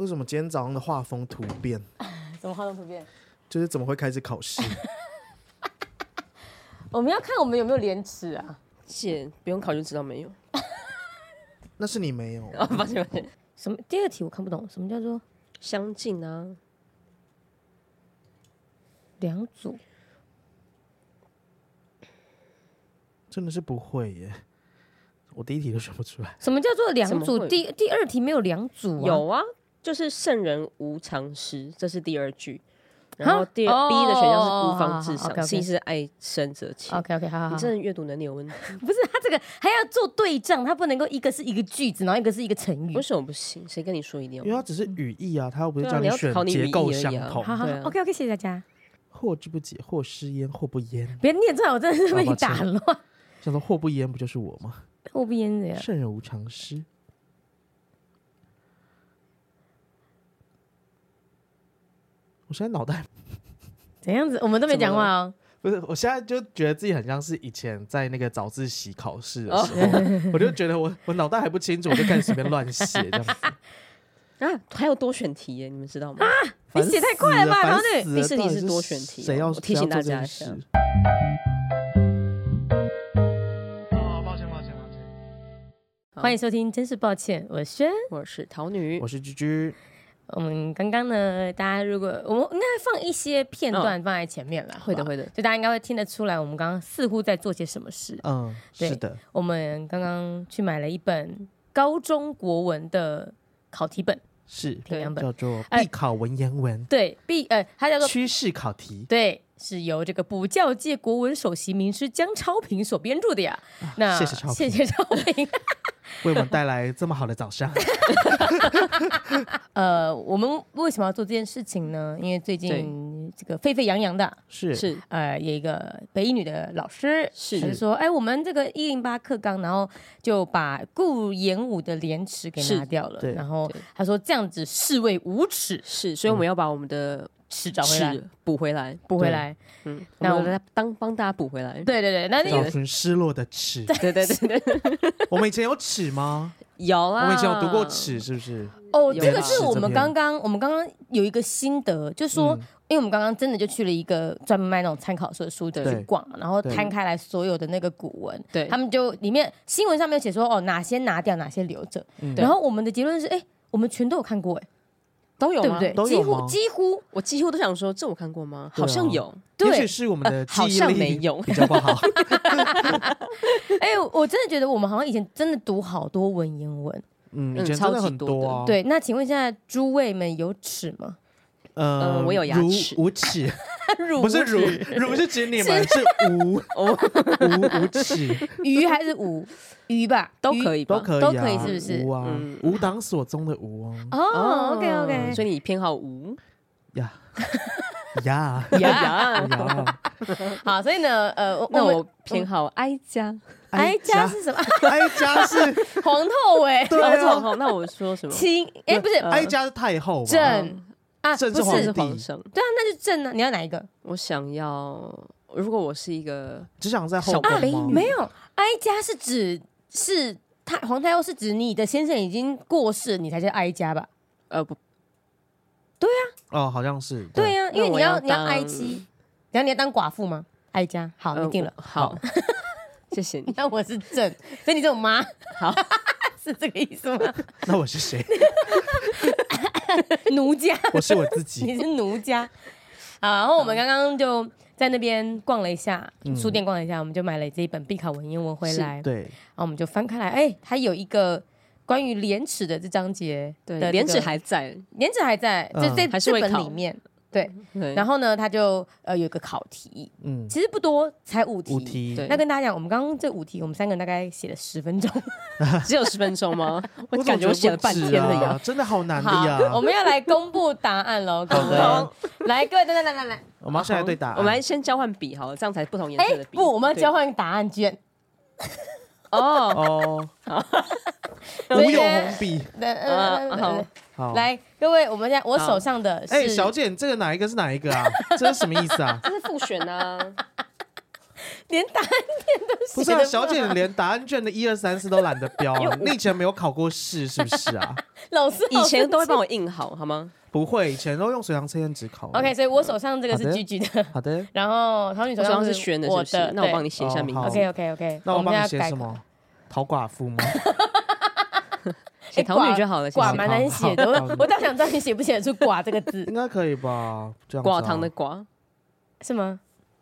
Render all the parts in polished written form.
为什么今天早上的画风突变？ 怎么画风突变？ 就是怎么会开始考试？ 我们要看我们有没有廉耻啊！ 姐不用考就知道没有。 那是你没有。 哦，抱歉。 什么？第二题我看不懂，什么叫做相近啊？ 两组？ 真的是不会耶，我第一题都选不出来。 什么叫做两组？第二题没有两组啊？ 有啊，就是圣人无常师，这是第二句。然后B 的选项是孤芳自赏，C 是爱深则切。 OK， 好。 你真的阅读能力有问题。 不是，他这个还要做对仗，他不能够一个是一个句子，然后一个是一个成语。 为什么不行？谁跟你说一定要？ 因为它只是语义啊，他又不是叫你选结构相同。 好 ，OK， 谢谢大家。 或之不解，或失焉，或不焉。 别念出来，我真的是被你打乱。 想说或不焉不就是我吗？ 或不焉的呀。 圣人无常师。我现在脑袋怎样子？我们都没讲话哦。 不是，我现在就觉得自己很像是以前在那个早自习考试的时候，我就觉得我脑袋还不清楚，我就开始随便乱写这样子。 啊，还有多选题耶，你们知道吗？ 你写太快了吧，然后第四题是多选题， 谁要提醒大家一下。 抱歉。 欢迎收听，真是抱歉，我是轩， 我是桃女， 我是居居。 我们刚刚呢，大家如果我们应该放一些片段放在前面了， 会的， 就大家应该会听得出来，我们刚刚似乎在做些什么事。 是的， 我们刚刚去买了一本高中国文的考题本， 是 2本， 叫做必考文言文， 对，它叫做趋势考题， 对。是由这个补教界国文首席名师江超平所编著的呀。那谢谢超平， 谢谢超平， 为我们带来这么好的早上。 我们为什么要做这件事情呢？因为最近这个沸沸扬扬的是有一个北一女的老师是他就说，我们这个108课纲，然后就把顾炎武的廉耻给拿掉了，然后他说这样子视为无耻， 是，所以我们要把我们的尺找回来， 补回来。 那我们来帮大家补回来。 对，那找寻失落的尺。 对。 我们以前有尺吗？ 有啦， 我们以前有读过尺，是不是？ 这个是我们刚刚有一个心得，就是说，因为我们刚刚真的就去了一个专门卖那种参考书的书局去逛嘛，然后摊开来所有的那个古文， 对， 他们就里面新闻上面有写说，哪些拿掉，哪些留着，然后我们的结论是，我们全都有看过， 都有吗？ 对不对？几乎， 我几乎都想说，这我看过吗？好像有， 也许是我们的记忆力比较不好。 我真的觉得我们好像以前真的读好多文言文， 以前真的很多啊。 对，那请问现在诸位们有尺吗？ 我有牙齿， 无耻。 乳不是乳是指你们，是无耻。 鱼还是无鱼吧？ 都可以， 都可以， 是不是？ 无啊，无党所宗的无哦。OK， 所以你偏好无呀。 好，所以呢， 那我偏好哀家。 哀家是什么？ 哀家是皇后对啊。那我说什么？ 不是， 哀家是太后吧？ 朕啊， 朕是皇帝。 对啊，那就朕呢？你要哪一个？ 我想要，如果我是一个只想在后宫吗？ 没有，哀家是指皇太后是指你的先生已经过世，你才叫哀家吧？ 不。 对啊， 好像是。 对啊，因为你要哀妻，然后你要当寡妇吗？哀家，好，你定了， 好，谢谢你。 那我是朕，所以你是我妈， 好， 是这个意思吗？ 那我是谁？ 奴家， 我是我自己。 你是奴家。好，然后我们刚刚就在那边逛了一下，书店逛了一下，我们就买了这一本必考文言文回来。 对， 然后我们就翻开来，它有一个关于廉耻的这章节， 对，廉耻还在， 这本里面。对，然后呢，他就有一个考题，其实不多，才5题。那跟大家讲，我们刚刚这5题，我们3个人大概写了10分钟， 只有10分钟吗？我感觉我写了半天了呀， 真的好难的呀。 我们要来公布答案喽，各位，来，各位，来， 我们要先来对答案， 我们来先交换笔好了，这样才不同颜色的笔。 不，我们要交换答案卷。 无有红笔。 好，来，各位，我手上的是， 小姐，这个哪一个是哪一个啊？这是什么意思啊？ 这是复选啊。 连答案卷都写。 不是啊，小姐，你连答案卷的1、2、3、4都懒得标，你以前没有考过试是不是啊？ 老师以前都会帮我印好吗？ 不会，以前都用水塘测验纸考。 OK， 所以我手上这个是句句的。 好的。 然后桃女手上是轩的， 我的。 那我帮你写一下名字。 OK。 那我帮你写什么？陶寡妇吗？ 写桃女就好了。 寡蛮难写的，我倒想知道你写不写得出寡这个字。 应该可以吧？ 寡糖的寡是吗？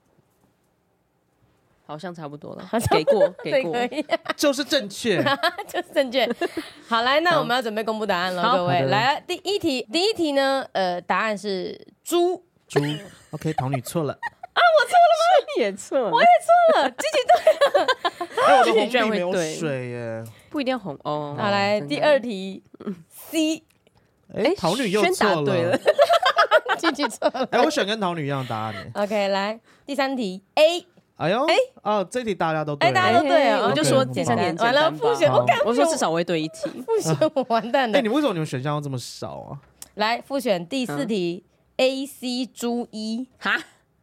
好像差不多了，给过， 就是正确， 就是正确。好，来，那我们要准备公布答案了，各位。来，第一题呢，答案是猪。 OK， 桃女错了。 啊，我错了吗？ 也错了， 我也错了，句对了。 我的红笔没有水耶， 不一定要红哦。 好，来第二题 C。 桃女又错了， 句错了。 我选跟桃女一样的答案呢。 OK， 来第三题 A。 哎呦，这题大家都对， 大家都对啊！ 我就说第3年完了复选， 我说至少我会对一题， 复选我完蛋了。 你为什么你们选项要这么少啊？ 来复选第4题 A C 猪一哈，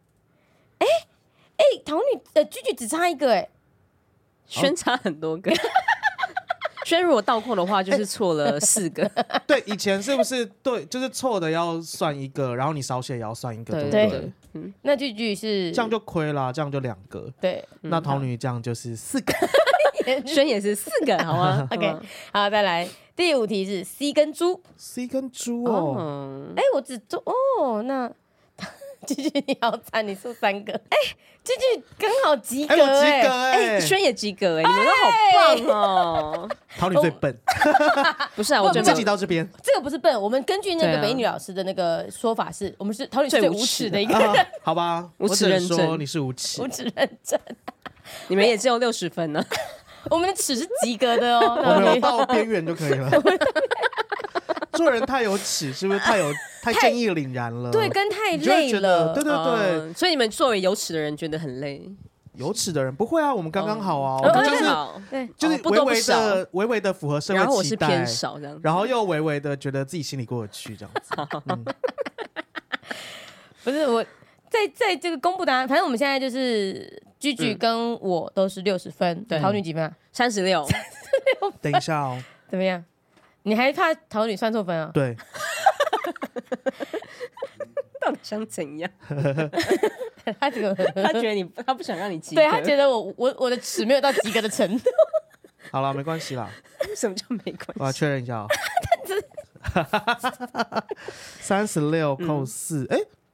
桃女句句只差一个轩差很多个。轩如果倒扣的话，就是错了4个。 对，以前是不是对？就是错的要算1个，然后你少写也要算1个，对不对？ 那句句是这样就亏了，这样就2个。 对， 那桃女这样就是4个， 轩也是4个，好吗 ？OK， 好，再来第5题是 C 跟猪。 C 跟猪哦， 我只做那。句句你好惨，你输3个。句句刚好及格轩也及格你们都好棒哦。 桃女最笨， 不是啊，我自己到这边， 这个不是笨，我们根据那个美女老师的那个说法是，我们是桃女是最无耻的一个人。 好吧， 无耻认证， 你是无耻， 无耻认证， 你们也只有60分呢。 我们的耻是及格的哦， 我们有到边缘就可以了。做人太有耻，是不是太正义凛然了？ 对，跟太累了。 对对对， 所以你们作为有耻的人觉得很累。 有耻的人不会啊，我们刚刚好啊， 我们就是微微的符合社会期待， 然后我是偏少这样， 然后又微微的觉得自己心里过得去这样子。 不是我在这个公布答案，反正我们现在就是句句跟我都是60分，桃女几分啊 ？36。 等一下哦， 怎么样？你还怕桃女算错分啊？ 对。 到底想怎样？ 他觉得他不想让你及格，对他觉得我的尺没有到及格的程度。 好了，没关系啦。 什么叫没关系？ 我要确认一下哦。36扣4，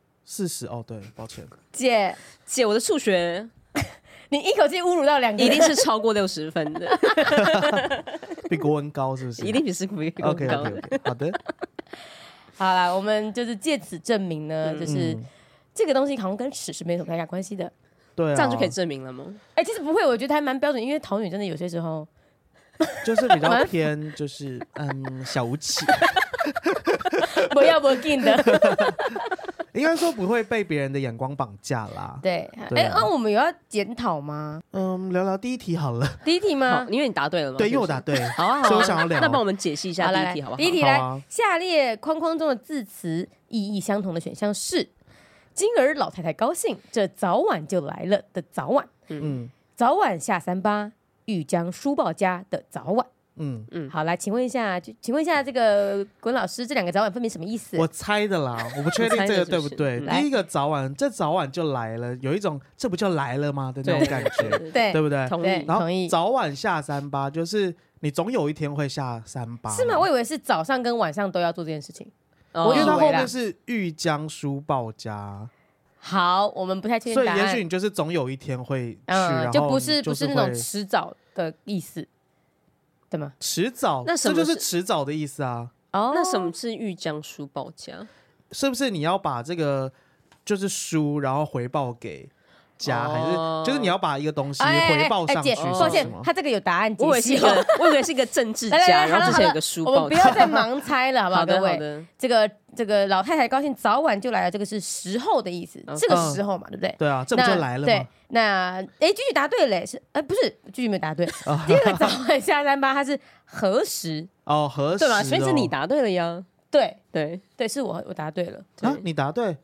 40哦，对，抱歉。 姐， 我的数学， 你一口气侮辱到2个， 一定是超过60分的， 比国文高是不是？ 一定是比国文高。 OK， 好的。 好啦，我们就是借此证明呢，就是这个东西好像跟尺是没什么太大关系的。 对啊， 这样就可以证明了吗？ 其实不会，我觉得还蛮标准，因为桃女真的有些时候就是比较偏，就是小无耻， 不要不进的。 应该说不会被别人的眼光绑架啦。 对，我们有要检讨吗？ 聊聊第1题好了。 第1题吗？ 因为你答对了吗？ 对，因为我答对。 好啊， 所以我想要聊。 那帮我们解析一下第1题好不好？ 第1题来，下列框框中的字词意义相同的选项是：今儿老太太高兴，这早晚就来了的早晚。早晚下38，欲将书报家的早晚。好，来，请问一下，这个滚老师，这2个早晚分别什么意思？ 我猜的啦，我不确定这个对不对。第一个早晚，这早晚就来了，有一种这不就来了吗的那种感觉，对不对？ 同意。 然后早晚下38，就是你总有一天会下38， 是吗？我以为是早上跟晚上都要做这件事情， 我觉得它后面是欲将书报家。 好，我们不太确定答案， 所以也许你就是总有一天会去， 就不是那种迟早的意思。对吗？ 迟早，这就是迟早的意思啊。 那什么是欲将书报家？ 是不是你要把这个就是书，然后回报给家，还是就是你要把一个东西回报上去？ 抱歉，他这个有答案解析。 我以为是一个政治家，然后之前有个书报。 我们不要再盲猜了，好不好，各位？ 好的。 这个老太太高兴，早晚就来了，这个是时候的意思，这个时候嘛，对不对？ 对啊，这不就来了吗？ 对，那句句答对嘞，不是句句没有答对。第2个早晚下38，它是何时？ 何时？ 对吧？所以是你答对了呀。 对，是我答对了。 啊，你答对。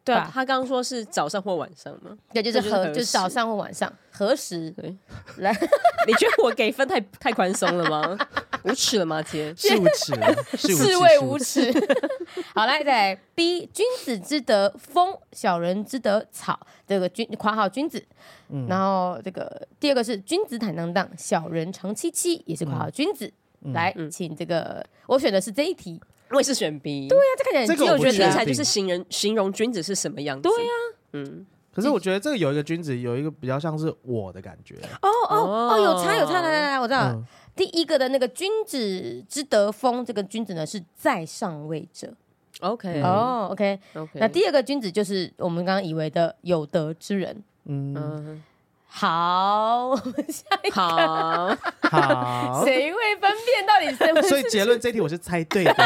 对啊，他刚刚说是早上或晚上吗？ 对，就是早上或晚上，何时？ 对， 来， 你觉得我给分太宽松了吗？无耻了吗？姐， 是无耻， 是谓无耻。好，来再来 B， 君子之德风，小人之德草。这个括号君子，然后这个第二个是君子坦荡荡，小人长戚戚，也是括号君子。来，请这个我选的是这一题。 我也是选 B。 对啊，这看起来很这个我觉得听起来就是形容君子是什么样子。 对啊， 可是我觉得这个有一个君子，有一个比较像是我的感觉。 有差，来，我知道。第一个的那个君子之德风，这个君子呢是在上位者。 OK， OK。那第二个君子就是我们刚刚以为的有德之人。好，下一个好， 谁会分辨到底是不是？ 所以结论这一题我是猜对的，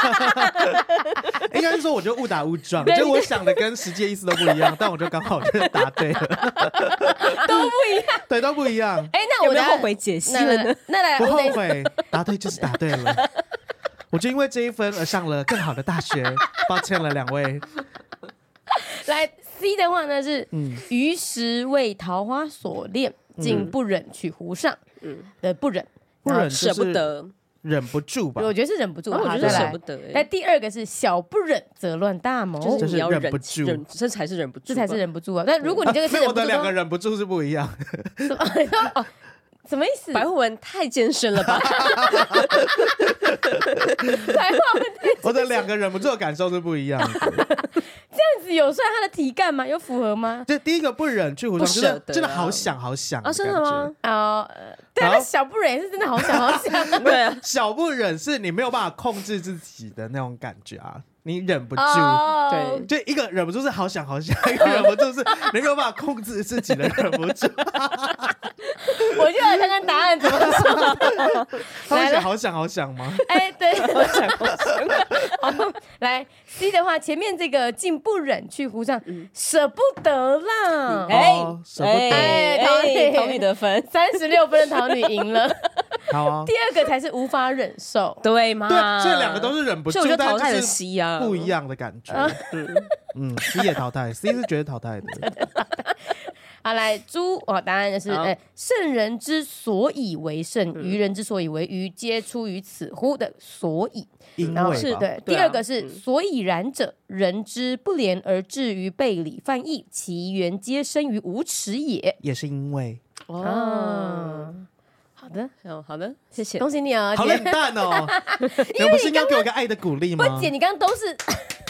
应该是说我就误打误撞，就我想的跟实际的意思都不一样，但我就刚好就答对了， 都不一样， 对，都不一样。 那我有没有后悔解析了呢？ 那来， 不后悔，答对就是答对了。我就因为这一分而上了更好的大学，抱歉了2位。 来 C 的话呢是于时为桃花所恋，竟不忍取湖上。不忍舍不得， 忍不住吧？ 我觉得是忍不住。 我觉得舍不得。 来第二个是小不忍则乱大谋， 就是你要忍不住， 这才是忍不住， 这才是忍不住啊！但如果你这个是忍不住， 我的2个忍不住是不一样。 什么意思？ 白话文太艰深了吧？ 白话文太…… 我的2个忍不住的感受是不一样的。 这样子有算他的题干吗？有符合吗？ 就第一个不忍去湖上，就是真的好想好想啊！真的吗？ 对啊，那小不忍也是真的好想好想。 对啊， 小不忍是你没有办法控制自己的那种感觉啊。你忍不住， 对， 就一个忍不住是好想好想，一个忍不住是你没有办法控制自己的忍不住。 我就来看看答案怎么说。 他会写好想好想吗？ 对，好想好想。好，来 C 的话，前面这个竟不忍去湖上，舍不得啦。 舍不得。 桃女得分 36分的桃女赢了。 好啊。 第二个才是无法忍受， 对吗？ 对，所以2个都是忍不住， 所以我就淘汰了 C 啊， 不一样的感觉。C 也淘汰 ，C 是觉得淘汰的。 好，来猪答案就是圣人之所以为圣，愚人之所以为愚，皆出于此乎的所以。然后是对，第二个是所以然者，人之不廉而至于背礼犯义，其源皆生于无耻也。 也是因为好的， 好的，谢谢， 恭喜你哦。 好冷淡哦，你不是应该给我一个爱的鼓励吗？ 不，姐，你刚刚都是。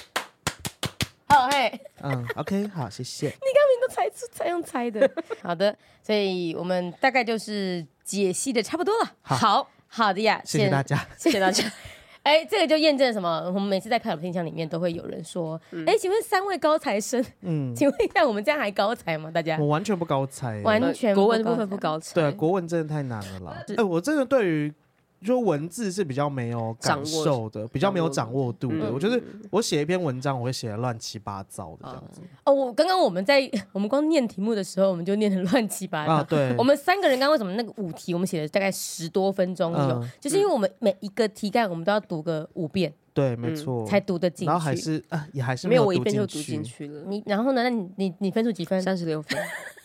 OK， 好，谢谢。 你刚明都才用猜的。好的，所以我们大概就是解析的差不多了。好的呀， 谢谢大家， 谢谢大家。 这个就验证什么？我们每次在看天象里面都会有人说，请问3位高材生，请问一下，我们这样还高材吗？大家？ 我完全不高材， 完全国文的部分不高材。 对，国文真的太难了啦。我真的对于就文字是比较没有感受的，比较没有掌握度的。我觉得我写一篇文章，我会写得乱七八糟的这样子。 刚刚我们光念题目的时候，我们就念得乱七八糟。 对， 我们3个人刚刚为什么那个5题我们写了大概10多分钟有，就是因为我们每一个题干我们都要读个5遍。 对，没错， 才读得进去。 然后也还是没有我1遍就读进去了。 然后呢？那你分数几分 ？36分，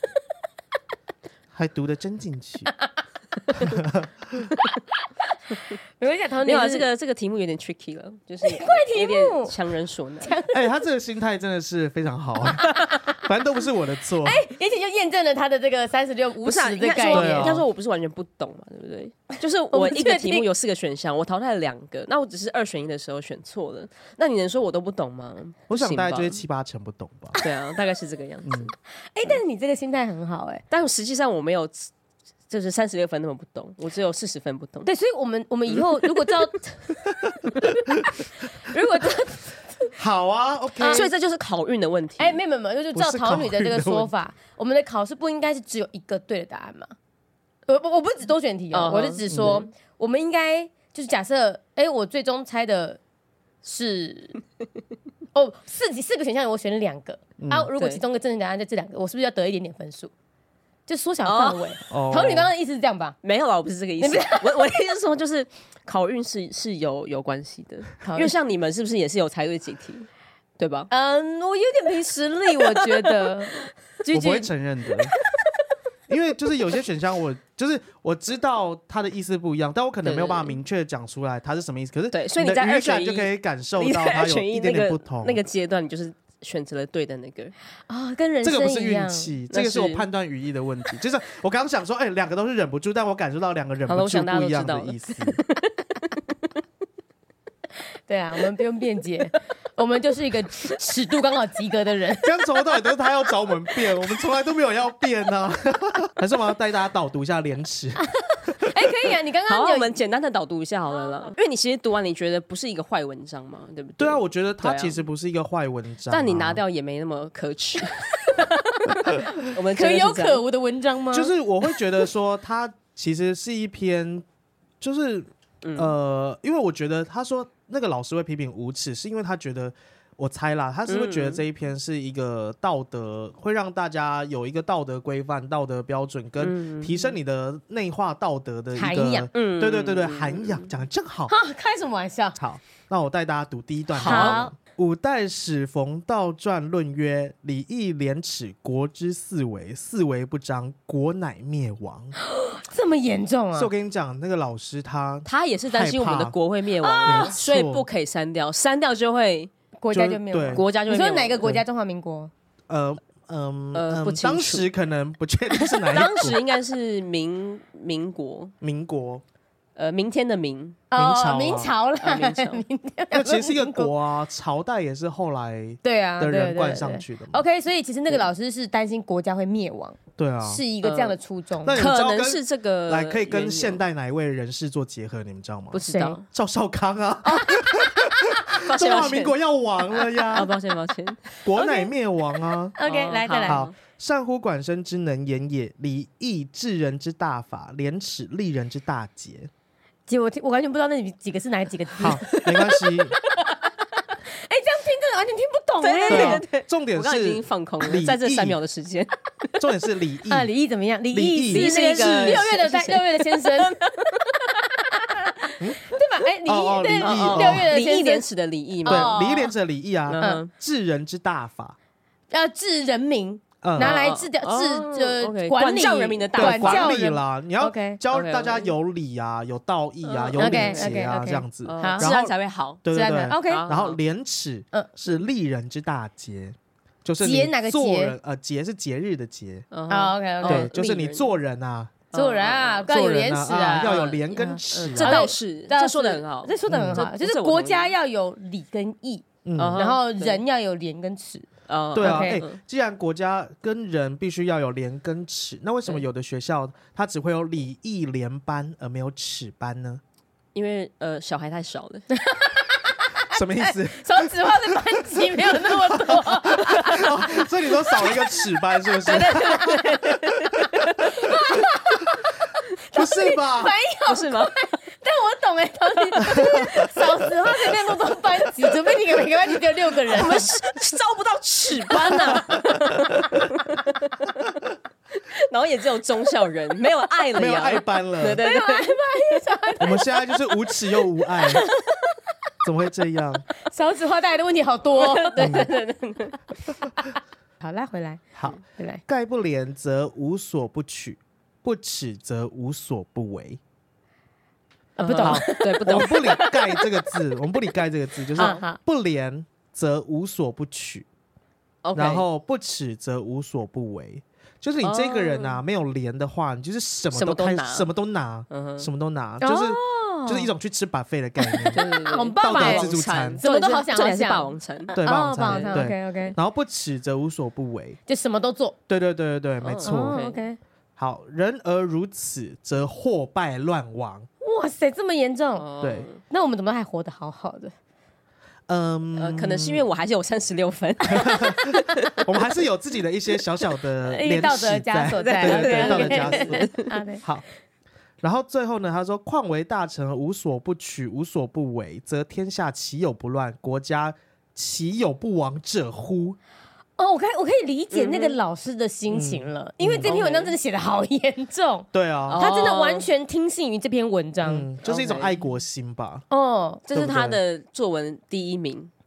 还读得真进去。 没关系， 没有这个题目有点 tricky 了，就是有点强人所难。 他这个心态真的是非常好，反正都不是我的错。 而且就验证了他的这个36、50的概念。 应该说我不是完全不懂嘛，对不对？就是我一个题目有4个选项，我淘汰了2个，那我只是2选1的时候选错了，那你能说我都不懂吗？ 我想大概就是7、8成不懂吧。 对啊，大概是这个样子。 但是你这个心态很好但实际上我没有。就是36分那么不懂，我只有40分不懂。 对，所以我们以后如果知道， 好啊 ，OK。 所以这就是考运的问题。 没有，就是照桃女的这个说法，我们的考试不应该是只有1个对的答案吗？我不是指多选题我是指说，我们应该就是假设，我最终猜的是4个选项，我选了2个如果其中一个正确答案在这2个，我是不是要得一点点分数？就缩小范围。桃女刚刚的意思是这样吧？ 没有啦，我不是这个意思。我的意思是说，就是考运是有关系的，因为像你们是不是也是有猜对几题？ 对吧？ 我有点凭实力，我觉得我不会承认的。因为就是有些选项我知道它的意思不一样，但我可能没有办法明确讲出来它是什么意思。可是对，所以你在语感就可以感受到它有一点点不同。 那个阶段，你就是选择了对的那个跟人生一样。 这个不是运气，这个是我判断语义的问题。就是我刚刚想说，两个都是忍不住，但我感受到两个忍不住不一样的意思。 对啊，我们不用辩解，我们就是一个尺度刚好及格的人。 刚从头到尾都是他要找我们辩，我们从来都没有要辩啊。还是我们要带大家导读一下廉耻？ 可以啊，你刚刚我们简单的导读一下好了啦。因为你其实读完，你觉得不是一个坏文章嘛，对不对？ 对啊，我觉得它其实不是一个坏文章， 但你拿掉也没那么可耻。我们可有可无的文章吗？ 就是我会觉得说，它其实是一篇，就是因为我觉得他说那个老师会批评无耻，是因为他觉得。我猜啦，他是不是觉得这一篇是一个道德，会让大家有一个道德规范、道德标准，跟提升你的内化道德的一个涵养？ 对，涵养讲得正好。 开什么玩笑？ 好，那我带大家读第一段。 好， 五代始冯道传论曰：礼义廉耻，国之四维，四维不张，国乃灭亡。 这么严重啊！ 所以我跟你讲，那个老师他也是担心我们的国会灭亡，所以不可以删掉，删掉就会。 国家就灭亡， 国家就灭亡。 你说哪个国家？中华民国？ 不清楚， 当时可能不确定是哪一国。 当时应该是民国，明天的明， 明朝了， 那其实是一个国啊，朝代也是后来的人冠上去的。 OK， 所以其实那个老师是担心国家会灭亡， 对啊， 是一个这样的初衷。 那可能是这个来可以跟现代哪一位人士做结合？你们知道吗？ 不知道， 赵少康啊。中华民国要亡了呀！ 抱歉， 国乃灭亡啊。 OK， 来再来。 好，善乎管生之能言也，礼义治人之大法，廉耻利人之大节。 姐，我完全不知道那几个是哪几个字。 好，没关系。 这样听真的完全听不懂对， 重点是我刚已经放空了，在这3秒的时间。 重点是礼义礼义怎么样？礼义是一个 6月的先生。对吧？ 礼义 6月的礼义廉耻的礼义嘛， 对，礼义廉耻的礼义啊，治人之大法， 要治人民，拿来管理人民的大法， 管理啦。你要教大家有礼啊，有道义啊，有礼节啊，这样子， 治安才会好。 对。 OK， 然后廉耻是利人之大节，就是节哪个节？ 节是节日的节。 OK， 对，就是你做人啊。 做人啊，要有廉耻啊， 要有廉跟耻。 这倒是，这说得很好， 就是国家要有礼跟义，然后人要有廉跟耻。 对啊，既然国家跟人必须要有廉跟耻，那为什么有的学校它只会有礼义廉班而没有耻班呢？ 因为小孩太少了。 什么意思？ 说实话，这班级没有那么多， 所以你说少了一个耻班，是不是？不是吧？ 没有， 不是吗？ 但我懂少实话才变那么多班级，除非你每个班级只有6个人， 我们招不到耻班啊。然后也只有中校人，没有爱了， 没有爱班了， 对，没有爱班。 我们现在就是无耻又无爱。怎么会这样？ 少子化带来的问题好多。对。好，拉回来。 好，回来。盖不廉则无所不取，不耻则无所不为。 不懂， 对，不懂。 我们不理盖这个字，我们不理盖这个字，就是不廉则无所不取，然后不耻则无所不为。就是你这个人啊，没有廉的话，你就是什么都拿，什么都拿，就是一种去吃 buffet 的概念，道德自助餐， 什么都好想要像霸王餐， 对，霸王餐， 对 OK。 然后不耻则无所不为， 就什么都做， 对，没错。 OK， 好，人而如此，则祸败乱亡。 哇塞，这么严重？ 对， 那我们怎么还活得好好的？ 可能是因为我还是有36分， 我们还是有自己的一些小小的道德枷锁在， 对，道德枷锁。好，然后最后呢，他说：“况为大臣无所不取，无所不为，则天下岂有不乱？国家岂有不亡者乎？” 我可以理解那个老师的心情了，因为这篇文章真的写得好严重。 对啊， 他真的完全听信于这篇文章， 就是一种爱国心吧。 哦， 这是他的作文第1名。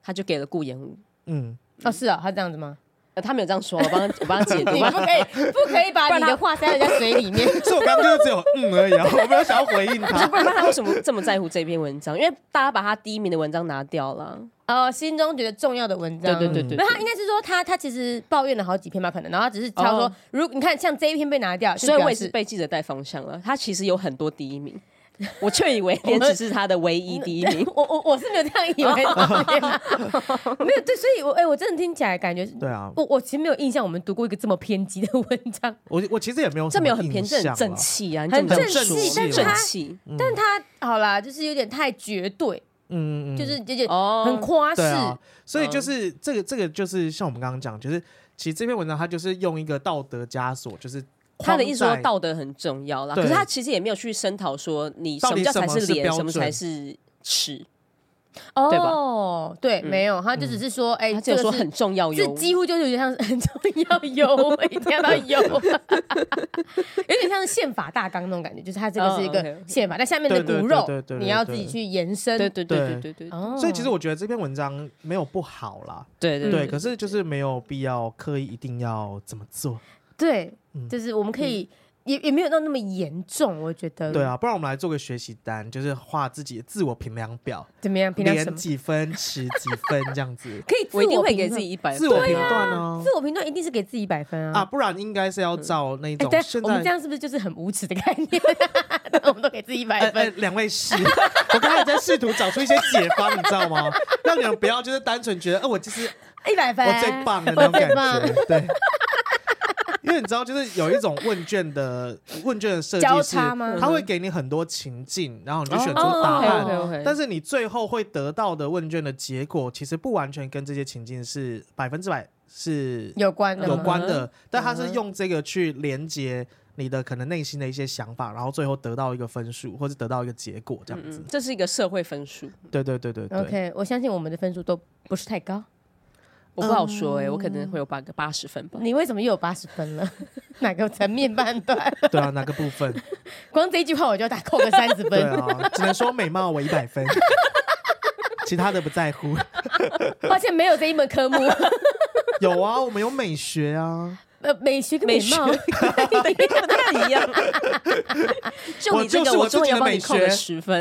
他就给了顾炎武。 是啊，他这样子吗？ 他没有这样说，我帮他解读。 你不可以把你的话塞人家嘴里面。 所以我刚刚就是只有而已啊，我没有想要回应他。 不然他为什么这么在乎这篇文章？因为大家把他第一名的文章拿掉了。 心中觉得重要的文章。 对。 那他应该是说他其实抱怨了好几篇吧，可能，然后他只是挑说，如果你看像这一篇被拿掉， 所以我也是被记者带方向了。他其实有很多第一名。我却以为莲池是他的唯一第一名。 我是没有这样以为的。没有对，所以我真的听起来感觉对啊。 我其实没有印象，我们读过一个这么偏激的文章。 我其实也没有， 这没有很偏激，很正气啊， 很正气， 正气。 但他好啦，就是有点太绝对。就是很夸饰。 对啊，所以就是这个就是像我们刚刚讲，就是其实这篇文章它就是用一个道德枷锁，就是。 他的意思说道德很重要啦，可是他其实也没有去声讨说你什么叫才是廉，什么才是耻，对吧？ 对，没有，他就只是说， 他只有说很重要油，这几乎就是有点像很重要油，一定要到油，有点像是宪法大纲那种感觉，就是它这个是一个宪法，但下面的骨肉你要自己去延伸， 对。 所以其实我觉得这篇文章没有不好啦，对，可是就是没有必要刻意一定要怎么做。 对，就是我们可以也没有到那么严重，我觉得。 对啊，不然我们来做个学习单，就是画自己的自我评量表， 怎么样？评量什么？ 连几分，持几分这样子。 可以， 我一定会给自己100分。 自我评断啊， 自我评断一定是给自己100分啊！ 不然应该是要照那种。 我们这样是不是就是很无耻的概念？我们都给自己100分。 两位是，我刚才在试图找出一些解方，你知道吗？让你们不要就是单纯觉得，我就是 100分， 我最棒的那种感觉，对。因为你知道，就是有一种问卷的设计是，它会给你很多情境，然后你就选出答案，但是你最后会得到的问卷的结果，其实不完全跟这些情境是100%是有关的，但它是用这个去连接你的可能内心的一些想法，然后最后得到一个分数，或者得到一个结果，这样子。 这是一个社会分数。 对。 OK， 我相信我们的分数都不是太高。 我不好说我可能会有80分吧。 你为什么又有80分了？哪个层面判断？ 对啊，哪个部分？ 光这一句话我就要扣个30分。 对啊，只能说美貌我100分，其他的不在乎。 抱歉，没有这一门科目。 有啊，我们有美学啊。 美学跟美貌不太一样。就你这个，我终于要帮你扣了10分。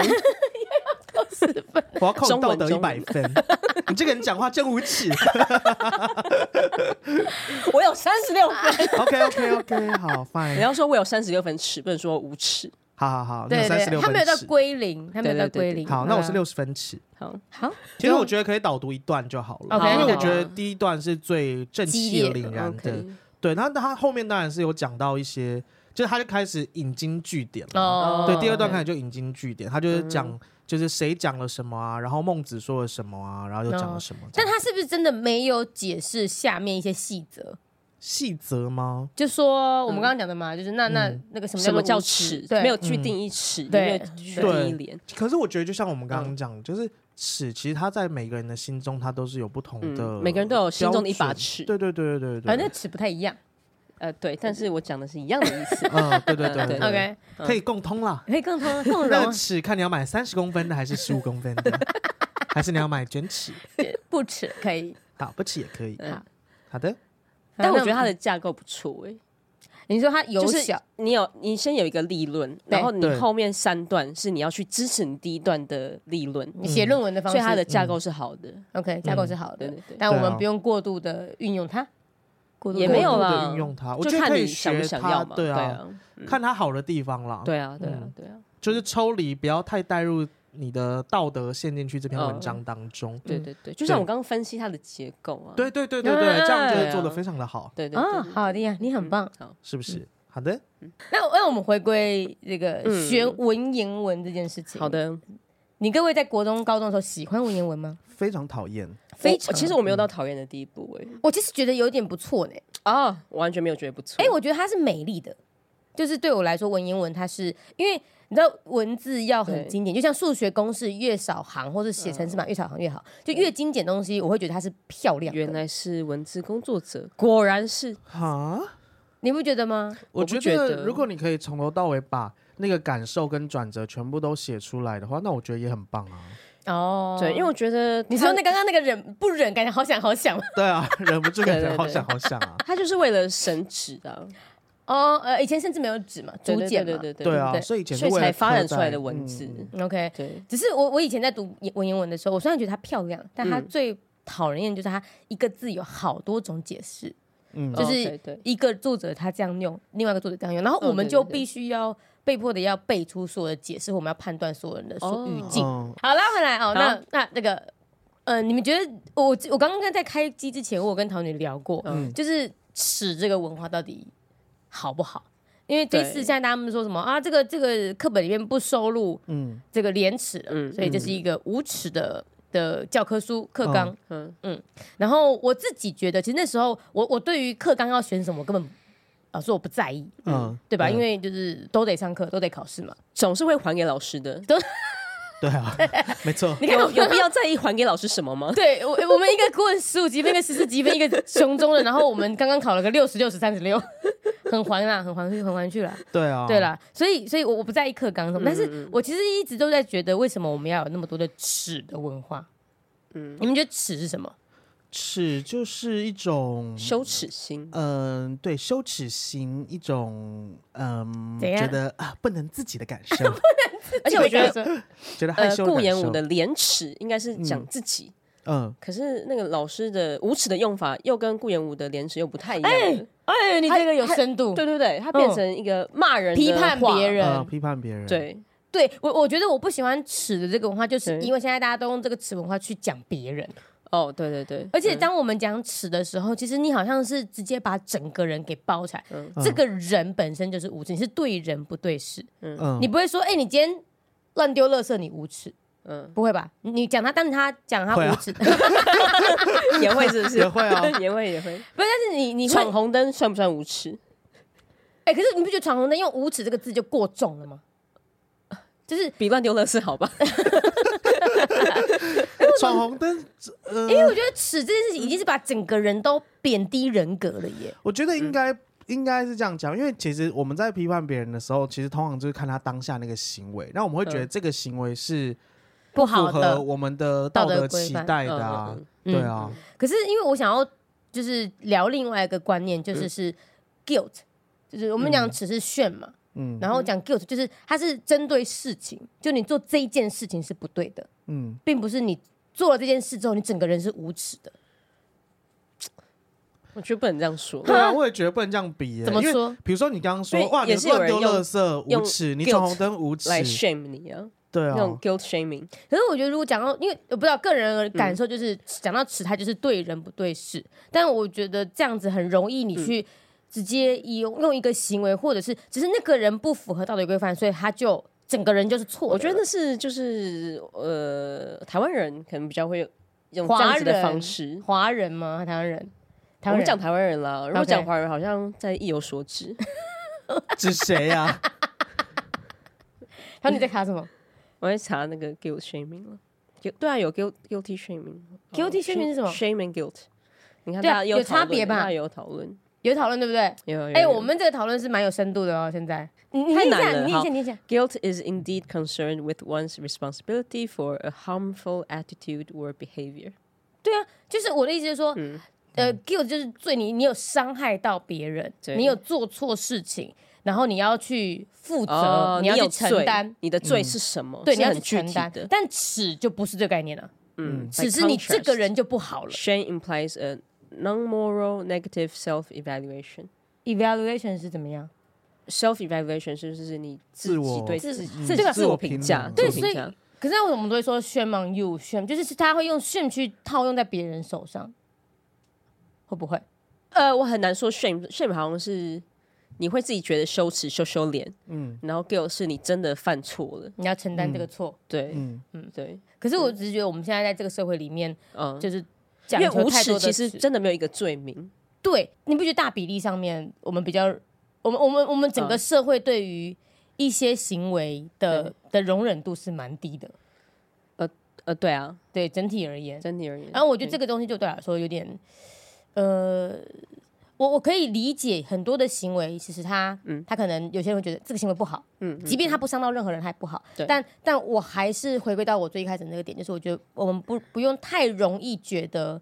10分， 我要扣你道德100分。你这个人讲话真无耻。 我有36分。 OK， 好 ，fine。 你要说我有36分耻，不能说无耻。 好， 对 36分耻。 他没有到归零，他没有到归零。 好，那我是60分耻。 好。 其实我觉得可以导读一段就好了，因为我觉得第一段是最正气凛然的。对，那他后面当然是有讲到一些，就是他就开始引经据典了。对，第二段开始就引经据典，他就是讲。就是谁讲了什么啊，然后孟子说了什么啊，然后又讲了什么。 但他是不是真的没有解释下面一些细则？ 细则吗？ 就说我们刚刚讲的嘛，就是那个什么叫耻，没有去定义耻， 没有去定义廉。 可是我觉得就像我们刚刚讲，就是尺其实它在每个人的心中，它都是有不同的， 每个人都有心中的一把尺。 对， 反正尺不太一样。 对，但是我讲的是一样的意思。 对 ，OK， 可以共通啦， 可以共通，共融。 那尺看你要买30公分的还是15公分的，还是你要买卷尺？ 不尺可以， 好，不尺也可以。好的。 但我觉得它的架构不错你说它有小， 你先有一个立论，然后你后面3段是你要去支持你第一段的立论， 你写论文的方式， 所以它的架构是好的。 OK， 架构是好的， 对， 但我们不用过度的运用它。 也没有啦， 运用它，我觉得可以学它，对啊，看它好的地方啦。 对啊， 就是抽离，不要太带入你的道德陷进去这篇文章当中。 对，就像我刚刚分析它的结构啊。 对，这样就是做的非常的好。 对， 好的呀，你很棒， 是不是？好的。 那我们回归这个学文言文这件事情。 好的， 你各位在国中、高中的时候喜欢文言文吗？ 非常讨厌。 其实我没有到讨厌的地步我其实觉得有点不错呢。 我完全没有觉得不错。 我觉得它是美丽的，就是对我来说，文言文它是因为你知道文字要很经典，就像数学公式越少行或者写程式码越少行越好，就越精简东西，我会觉得它是漂亮的。 原来是文字工作者，果然是你不觉得吗？ 我觉得如果你可以从头到尾把那个感受跟转折全部都写出来的话，那我觉得也很棒啊。 哦，对，因为我觉得你说刚刚那个忍不忍，感觉好想好想。 对啊，忍不住感觉好想好想啊。 他就是为了省纸的。 以前甚至没有纸嘛，竹简嘛， 对啊，所以以前是为了才发展出来的文字。 OK， 对， 只是我以前在读文言文的时候，我虽然觉得它漂亮，但它最讨人厌就是它一个字有好多种解释，就是一个作者他这样用，另外一个作者这样用，然后我们就必须要被迫的要背出所有的解释，我们要判断所有人的语境。好，拉回来哦，那个你们觉得我刚刚在开机之前，我有跟桃女聊过，就是耻这个文化到底好不好？因为这次现在大家们说什么啊？这个课本里面不收录这个廉耻了，所以这是一个无耻的教科书课纲。然后我自己觉得，其实那时候我对于课纲要选什么，我根本老师我不在意，对吧？因为就是都得上课，都得考试嘛， 总是会还给老师的。 对啊，没错。 你看有必要在意还给老师什么吗？ 对，我们一个国文15积分，一个14积分，一个雄中的，然后我们刚刚考了个60、60、36，很还啦，很还去了。 对啊， 对啦，所以我不在意课纲什么，但是我其实一直都在觉得，为什么我们要有那么多的耻的文化？你们觉得耻是什么？ 耻就是一种羞耻心， 对，羞耻心一种，觉得不能自己的感受， 而且我觉得害羞的感受。 顾炎武的廉耻应该是讲自己，可是那个老师的无耻的用法又跟顾炎武的廉耻又不太一样。 你这个有深度， 对，他变成一个骂人、 批判别人， 批判别人。 对，我觉得我不喜欢耻的这个文化，就是因为现在大家都用这个耻文化去讲别人。 对， 而且当我们讲耻的时候，其实你好像是直接把整个人给包起来。这个人本身就是无耻，你是对人不对事。你不会说，你今天乱丢垃圾，你无耻。不会吧？你讲他，但是他讲他无耻， 也会是不是？ 也会啊， 也会。不是， 但是你闯红灯算不算无耻？ 可是你不觉得闯红灯用无耻这个字就过重了吗？就是比乱丢垃圾好吧？ 闯红灯， 因为我觉得耻这件事情已经是把整个人都贬低人格了耶。 我觉得应该是这样讲，因为其实我们在批判别人的时候，其实通常就是看他当下那个行为，那我们会觉得这个行为是不符合我们的道德期待的啊，对啊。 可是因为我想要就是聊另外一个观念，就是guilt，就是我们讲耻是shame嘛。然后讲 guilt 就是它是针对事情，就你做这一件事情是不对的，并不是你做了这件事之后你整个人是无耻的。 我觉得不能这样说。 对啊，我也觉得不能这样比。 怎么说？ 比如说你刚刚说，哇，你乱丢垃圾无耻，你闯红灯无耻， 来 shame 你啊。 对啊， 那种 guilt shaming。 可是我觉得如果讲到，因为我不知道个人的感受，就是讲到耻，它就是对人不对事。但我觉得这样子很容易你去直接用一个行为，或者是只是那个人不符合道德规范，所以他就整个人就是错的。 我觉得那是就是台湾人可能比较会用这样子的方式。 华人吗？台湾人？ 我们讲台湾人啦，如果讲华人，好像在意有所指。 指谁呀？ 然后你在卡什么？ 我在查那个 guilt shaming 了。对啊，有 guilty shaming。guilty shaming 是什么 ？shame and guilt。你看， 对啊，有差别吧？ 有讨论。 有讨论对不对？ 有。 我们这个讨论是蛮有深度的哦。现在太难了。 你一下。 Guilt is indeed concerned with one's responsibility for a harmful attitude or behavior。 对啊，就是我的意思是说，guilt 就是罪，你有伤害到别人，你有做错事情，然后你要去负责，你要去承担， 你的罪是什么？ 对，你要去承担。但耻就不是这个概念了。耻是你这个人就不好了。 Shame implies a non-moral negative self-evaluation。 evaluation 是怎么样 ？self-evaluation 就是你自己对自我评价。 对，所以可是我们都会说 shame on you，shame 就是他会用 shame 去套用在别人手上，会不会？ 我很难说 shame 好像是你会自己觉得羞耻羞脸，然后 guilt 是你真的犯错了， 你要承担这个错。 对，对。 可是我只是觉得我们现在在这个社会里面，就是因为无耻其实真的没有一个罪名。 对，你不觉得大比例上面我们比较，我们整个社会对于一些行为的容忍度是蛮低的。 对啊， 对，整体而言。 整体而言。 然后我觉得这个东西就对我来说有点， 我可以理解很多的行为，其实他可能有些人会觉得这个行为不好，即便他不伤到任何人，他也不好。但我还是回归到我最一开始那个点，就是我觉得我们不用太容易觉得，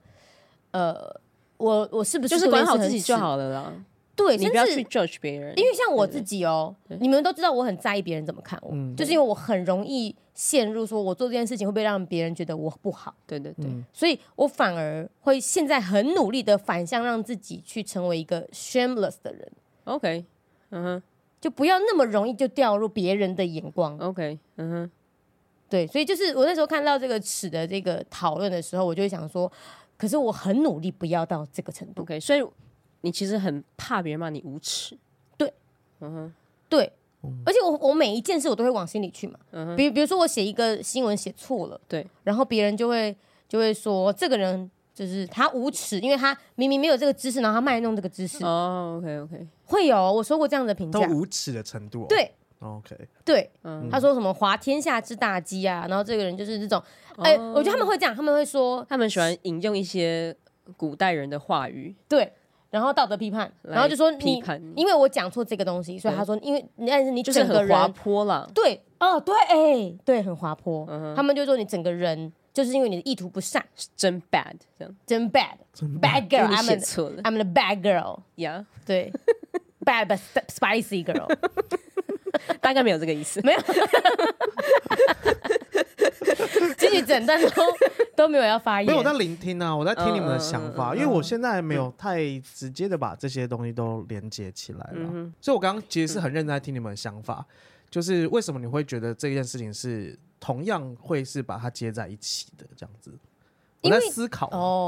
我是不是就是管好自己就好了啦。 对， 你不要去 judge 别人， 因为像我自己你们都知道我很在意别人怎么看我，就是因为我很容易陷入说我做这件事情会不会让别人觉得我不好， 对， 所以我反而会现在很努力的反向让自己去成为一个 shameless 的人。 OK， 就不要那么容易就掉入别人的眼光。 OK， 对，所以就是我那时候看到这个尺的这个讨论的时候，我就会想说，可是我很努力不要到这个程度。 OK， 所以你其实很怕别人骂你无耻。 对，对，而且我每一件事我都会往心里去嘛。比如说我写一个新闻写错了， 对， 然后别人就会说这个人就是他无耻，因为他明明没有这个知识，然后他卖弄这个知识。 OK， 会有我说过这样的评价， 都无耻的程度。 对。 OK， 对，他说什么滑天下之大稽啊，然后这个人就是这种，我觉得他们会这样，他们会说， 他们喜欢引用一些古代人的话语， 对，然后道德批判，然后就说你，因为我讲错这个东西，所以他说，因为但是你整个人就是很滑坡了， 对，对，很滑坡，他们就说你整个人就是因为你的意图不善， 真 bad， 这样真 bad girl，I'm the bad girl， 对，bad but spicy girl。 大概没有这个意思， 没有，其实整段都没有要发言， 没有，我在聆听啊，我在听你们的想法，因为我现在没有太直接的把这些东西都连接起来了，所以我刚刚其实是很认真在听你们的想法，就是为什么你会觉得这件事情是同样会是把它接在一起的这样子，我在思考。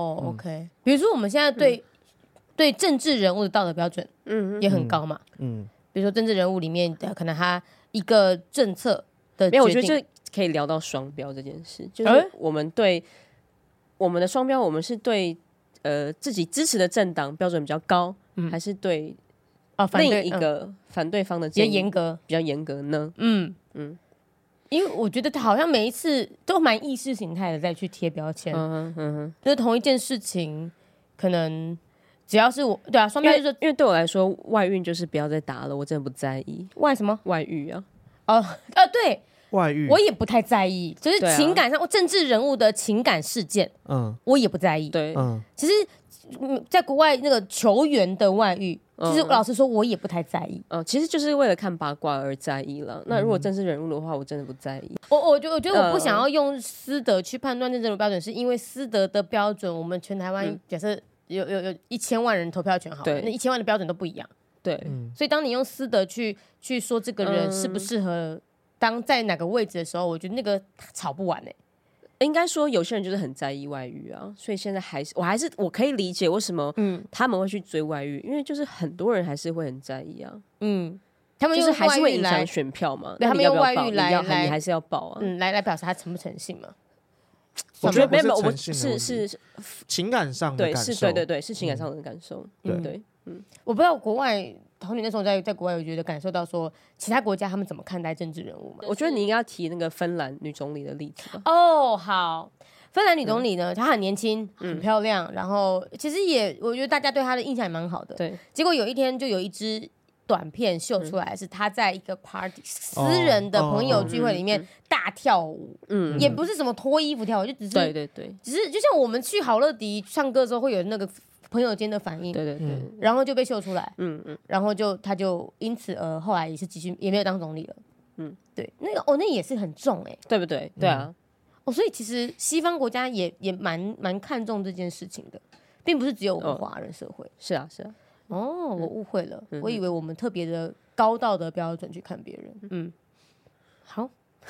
OK， 比如说我们现在对政治人物的道德标准，也很高嘛，比如说政治人物里面可能他一个政策的决定， 没有，我觉得就可以聊到双标这件事，就是我们对我们的双标，我们是对自己支持的政党标准比较高，还是对另一个反对方的建议比较严格呢？ 因为我觉得他好像每一次都蛮意识形态的再去贴标签，就是同一件事情可能。只要是我，对啊，双标就是因为对我来说，外遇就是不要再打了，我真的不在意。 外什么？ 外遇啊？ 对， 外遇我也不太在意，就是情感上，政治人物的情感事件，我也不在意。 对， 其实，在国外那个球员的外遇，其实老实说，我也不太在意。 其实就是为了看八卦而在意了。那如果政治人物的话，我真的不在意。 我觉得我不想要用私德去判断政治人物标准，是因为私德的标准，我们全台湾假设。有1000万人投票权好了，那1000万的标准都不一样。 对， 所以当你用私德去说这个人适不适合当在哪个位置的时候，我觉得那个吵不完应该说有些人就是很在意外遇啊，所以现在我可以理解为什么他们会去追外遇，因为就是很多人还是会很在意啊。 他们就是还是会影响选票嘛。 他们用外遇来你还是要报啊。 来表示他诚不诚信嘛。 我觉得没有， 是情感上的感受， 对，是情感上的感受，对， 我不知道国外，童女那时候在国外，我觉得感受到说，其他国家他们怎么看待政治人物嘛？ 我觉得你应该要提那个芬兰女总理的例子吧。 好，芬兰女总理呢，她很年轻，很漂亮，然后其实我觉得大家对她的印象也蛮好的。 对， 结果有一天就有一支短片秀出来，是他在一个 party 私人的朋友聚会里面大跳舞，也不是什么脱衣服跳舞，就只是对， 只是就像我们去好乐迪唱歌的时候会有那个朋友间的反应， 对， 然后就被秀出来，然后他就因此后来也是继续也没有当总理了，对，那个那也是很重对不对？对啊， 所以其实西方国家也蛮看重这件事情的，并不是只有我们华人社会， 是啊。 我误会了，我以为我们特别的高道德标准去看别人。好，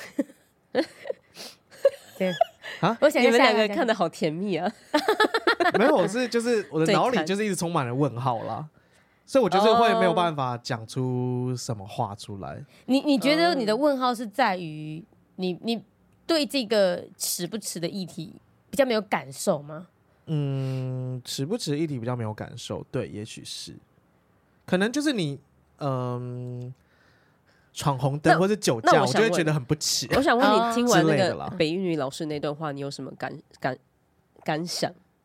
对啊，我想你们两个看得好甜蜜啊。 没有，就是我的脑里就是一直充满了问号啦，所以我就是会没有办法讲出什么话出来。 你觉得你的问号是在于你对这个耻不耻的议题比较没有感受吗？ 耻不耻的议题比较没有感受，对，也许是，可能就是你，闯红灯或是酒驾，我就会觉得很不耻。 我想问你，听完那个北一女老师那段话，你有什么感想？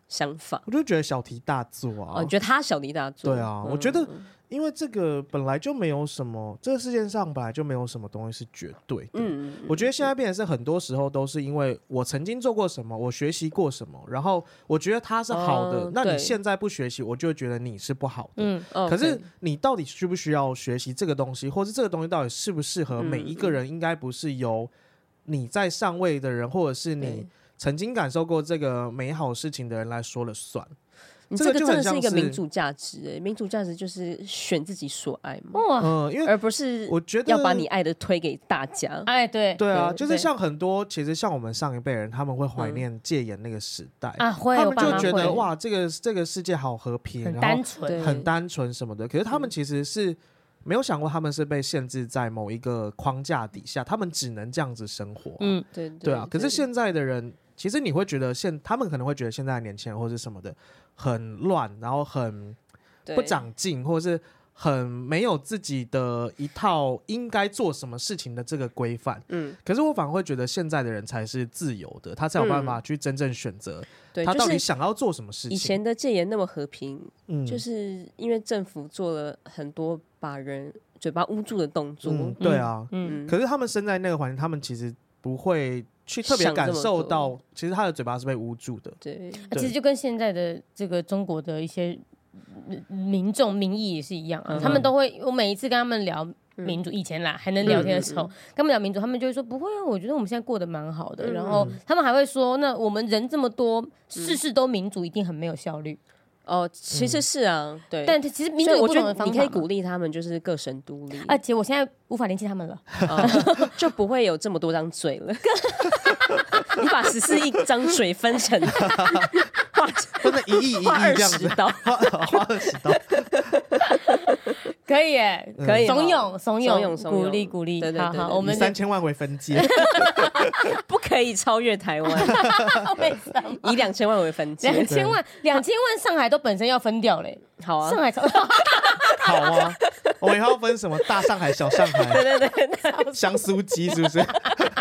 想法？ 我就觉得小题大做啊。 你觉得他小题大做？ 对啊，我觉得因为这个本来就没有什么，这个世界上本来就没有什么东西是绝对的。我觉得现在变成是很多时候都是因为我曾经做过什么，我学习过什么，然后我觉得它是好的，那你现在不学习，我就会觉得你是不好的。可是你到底需不需要学习这个东西，或是这个东西到底适不适合每一个人，应该不是由你在上位的人，或者是你曾经感受过这个美好事情的人来说了算。 你这个真的是一个民主价值，民主价值就是选自己所爱嘛，因为而不是我觉得要把你爱的推给大家。 哎，对啊，就是像很多其实像我们上一辈人，他们会怀念戒严那个时代啊， 他们就觉得哇，这个世界好和平， 很单纯， 很单纯什么的。可是他们其实是没有想过，他们是被限制在某一个框架底下，他们只能这样子生活。对啊。可是现在的人，其实你会觉得他们可能会觉得现在的年轻人或者什么的很乱，然后很不长进，或者是很没有自己的一套应该做什么事情的这个规范。可是我反而会觉得现在的人才是自由的，他才有办法去真正选择他到底想要做什么事情。 以前的戒严那么和平，就是因为政府做了很多把人嘴巴捂住的动作。 对啊，可是他们生在那个环境，他们其实不会去特别感受到，其实他的嘴巴是被捂住的。 对，其实就跟现在的这个中国的一些民众民意也是一样啊，他们都会，我每一次跟他们聊民主，以前啦还能聊天的时候，跟他们聊民主，他们就会说不会啊，我觉得我们现在过得蛮好的。然后他们还会说，那我们人这么多，事事都民主，一定很没有效率。 其实是啊，对， 但其实民主有不同的方法， 你可以鼓励他们，就是各省独立。 而且我现在无法联系他们了， 就不会有这么多张嘴了。你把14亿张嘴分成分成1亿1亿这样子，花20刀， 可以耶， 可以怂恿，鼓励， 对， 好，我们以3000万为分界， 不可以超越台湾，以2000万为分界 ，2000万上海都本身要分掉嘞， 好啊， 上海好啊，我们以后要分什么大上海、小上海， 对， 香酥鸡是不是？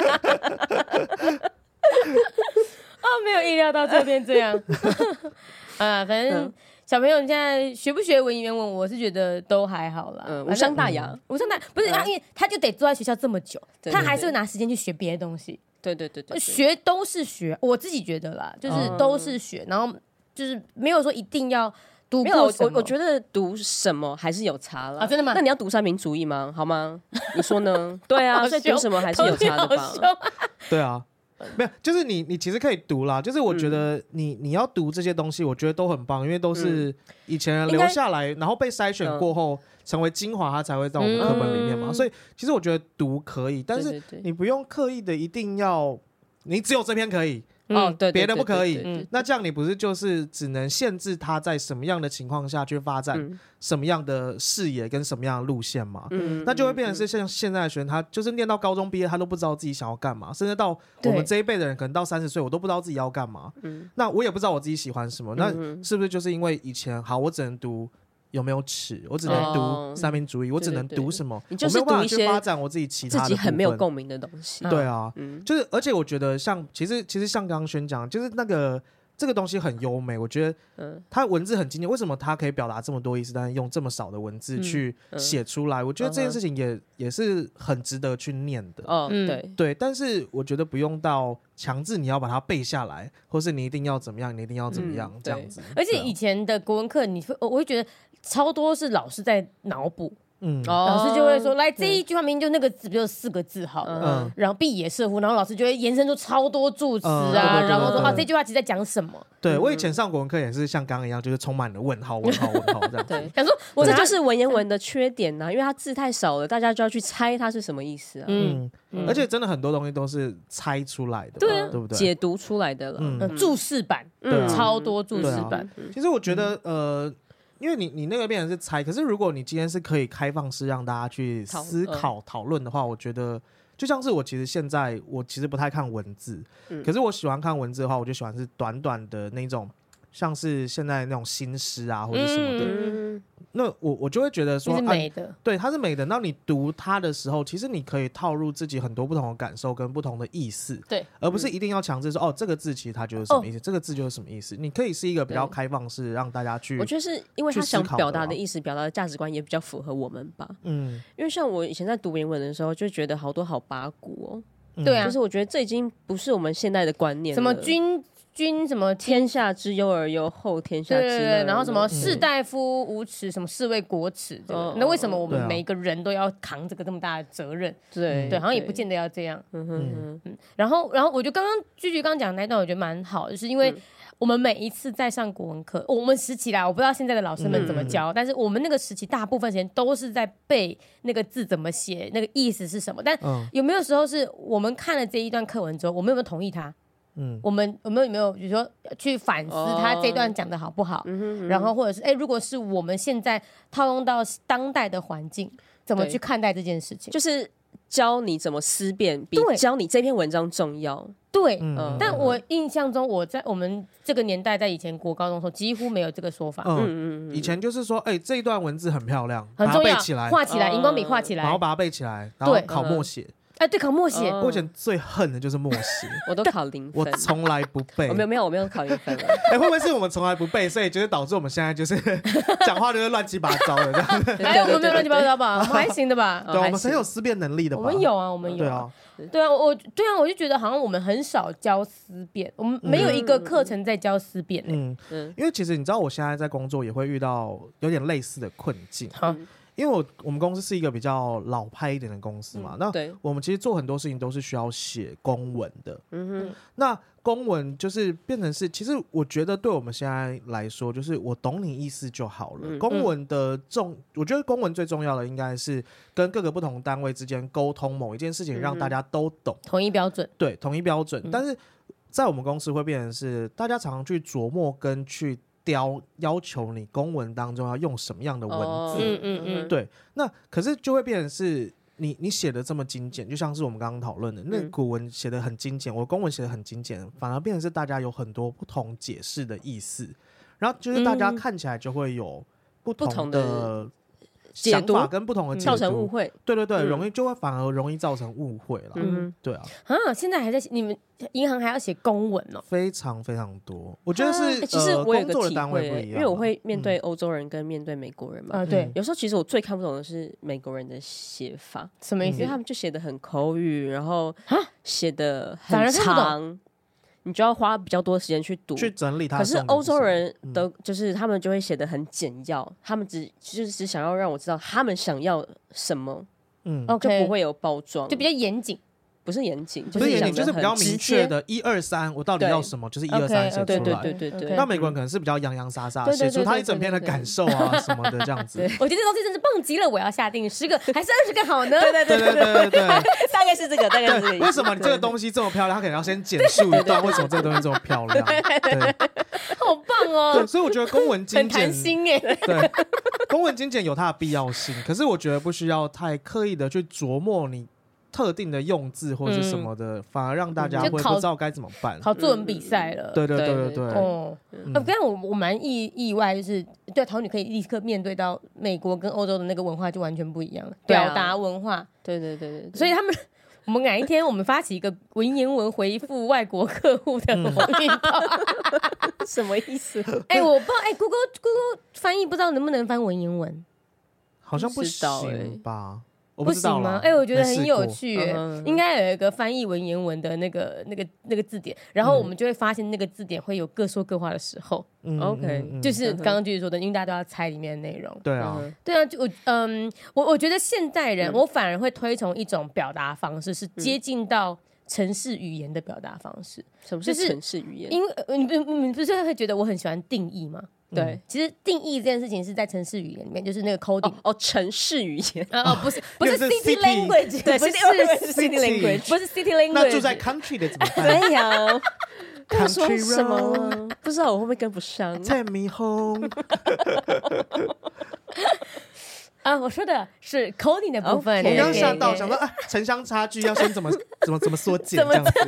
没有意料到这边这样，反正小朋友现在学不学文言文，我是觉得都还好啦， 无伤大雅， 不是因为他就得坐在学校这么久，他还是会拿时间去学别的东西。 对， 学都是学，我自己觉得啦，就是都是学，然后就是没有说一定要读过什么。 我觉得读什么还是有差了啊，真的吗？ 那你要读三民主义吗？好吗？你说呢？对啊，所以读什么还是有差的吧？ 对啊。没有，就是你其实可以读啦，就是我觉得你要读这些东西，我觉得都很棒，因为都是以前人留下来，然后被筛选过后成为精华，它才会在我们课本里面嘛。所以其实我觉得读可以，但是你不用刻意的一定要，你只有这篇可以。 对， 别的不可以。那这样你不是就是只能限制他在什么样的情况下去发展什么样的视野跟什么样的路线嘛？那就会变成是像现在的学生，他就是念到高中毕业，他都不知道自己想要干嘛，甚至到我们这一辈的人，可能到30岁，我都不知道自己要干嘛。那我也不知道我自己喜欢什么。那是不是就是因为以前好，我只能读有没有尺，我只能读三民主义，我只能读什么？ 你就是读一些发展我自己其他的自己很没有共鸣的东西。 对啊，就是而且我觉得其实像刚刚宣讲，就是这个东西很优美，我觉得它文字很精简，为什么它可以表达这么多意思，但是用这么少的文字去写出来？我觉得这件事情也是很值得去念的。对，但是我觉得不用到强制你要把它背下来，或是你一定要怎么样，你一定要怎么样这样子。 而且以前的国文课，我会觉得超多是老师在脑补。老师就会说，来这一句话明明就那个字，比如4个字好了，然后闭野射乎，然后老师就会延伸出超多助词啊，然后说这句话其实在讲什么。 对，我以前上国文课也是像刚刚一样，就是充满了问号这样子。 对，想说这就是文言文的缺点呐，因为它字太少了，大家就要去猜它是什么意思啊。 而且真的很多东西都是猜出来的，对不对？ 解读出来的了。 注释版，超多注释版。 其实我觉得因为你那个变成是猜，可是如果你今天是可以开放式让大家去思考讨论的话，我觉得就像是我其实现在我其实不太看文字，可是我喜欢看文字的话，我就喜欢是短短的那种，像是现在那种新诗啊或者什么的， 那我就会觉得说是美的， 对，它是美的。那你读它的时候，其实你可以套入自己很多不同的感受跟不同的意思， 对， 而不是一定要强制说这个字其实它就是什么意思，这个字就是什么意思。你可以是一个比较开放式，让大家去。 我觉得是因为他想表达的意思、表达的价值观也比较符合我们吧。因为像我以前在读原文的时候，就觉得好多好八股哦。 对啊， 就是我觉得这已经不是我们现在的观念了。 什么君什么天下之忧而忧，后天下之乐而乐。 对，然后什么士大夫无耻，什么士为国耻，那为什么我们每一个人都要扛这个这么大的责任？ 对， 好像也不见得要这样。然后我就居刚讲的那段，我觉得蛮好，就是因为我们每一次在上国文课，我们时期啦，我不知道现在的老师们怎么教，但是我们那个时期大部分时间都是在背那个字怎么写，那个意思是什么。但有没有时候是我们看了这一段课文之后，我们有没有同意他？我们有没有比如说去反思他这段讲的好不好？然后或者是如果是我们现在套用到当代的环境，怎么去看待这件事情？ 就是教你怎么思辨，比教你这篇文章重要。 对，但我印象中，我在我们这个年代，在以前国高中的时候，几乎没有这个说法。 以前就是说，这一段文字很漂亮， 很重要， 把它背起来， 画起来，荧光笔画起来， 然后把它背起来，然后考默写。 对，考默写。 我以前最恨的就是默写， 我都考0分， 我从来不背。 我没有考1分了。 会不会是我们从来不背，所以就是导致我们现在就是讲话就是乱七八糟的这样？ 我们没有乱七八糟吧？我们还行的吧？ 对，我们很有思辨能力的吧？ 我们有啊，我们有。对啊，我就觉得好像我们很少教思辨，我们没有一个课程在教思辨。 因为其实你知道，我现在在工作也会遇到有点类似的困境。因为我们公司是一个比较老派一点的公司嘛，那我们其实做很多事情都是需要写公文的。那公文就是变成是，其实我觉得对我们现在来说，就是我懂你意思就好了。公文的我觉得公文最重要的应该是跟各个不同单位之间沟通某一件事情，让大家都懂， 统一标准。 对，统一标准。但是在我们公司会变成是，大家常常去琢磨跟去要求你公文当中要用什么样的文字。对，那可是就会变成是你写的这么精简，就像是我们刚刚讨论的那古文写的很精简，我公文写的很精简，反而变成是大家有很多不同解释的意思，然后就是大家看起来就会有不同的想法跟不同的解读， 造成误会。 对，反而容易造成误会了。对啊。 现在还在你们银行还要写公文哦， 非常非常多。我觉得是其实我有个体会， 因为我会面对欧洲人跟面对美国人嘛。 对， 有时候其实我最看不懂的是美国人的写法， 什么意思？ 因为他们就写的很口语，然后写的很长。你就要花比较多时间去读去整理它。 可是欧洲人的就是他们就会写得很简要，他们只想要让我知道他们想要什么，就不会有包装， 就比较严谨。 不是严谨， 就是比较明确的1、2、3，我到底要什么，就是1、2、3写出来。 对。 那美国人可能是比较洋洋洒洒，写出他一整篇的感受啊什么的这样子。 我觉得这东西真是棒极了，我要下定10个还是20个好呢？ 对，大概是这个， 为什么你这个东西这么漂亮？他可能要先简述一段为什么这个东西这么漂亮。对， 好棒哦。 对，所以我觉得公文精简， 很弹心耶。 对，公文精简有它的必要性，可是我觉得不需要太刻意的去琢磨你特定的用字或是什么的，反而让大家会不知道该怎么办。 考作文比赛了。 对。 刚我蛮意外，就是对桃女可以立刻面对到美国跟欧洲的那个文化就完全不一样了，表达文化。 对。 所以我们哪一天我们发起一个文言文回复外国客户的运动， 什么意思？ 我不知道，Google 翻译不知道能不能翻文言文， 好像不行吧？ 不行吗？我觉得很有趣，应该有一个翻译文言文的那个字典，然后我们就会发现那个字典会有各说各话的时候。 OK， 就是刚刚就是说的，因为大家都要猜里面的内容。 对啊， 就我觉得现代人，我反而会推崇一种表达方式，是接近到程式语言的表达方式。 什么是程式语言？ 因为你不是会觉得我很喜欢定义吗？对，其实定义这件事情是在程式语言里面，就是那个 coding 程式语言不是 city language， 对， 不是 city language， 不是 city language。 那住在 country 的怎么办？ 对呀 ，country 什么？不知道我会不会跟不上 ？Take me home。 我说的是 coding 的部分。 我刚吓到，想说城乡差距要先怎么缩减这样子。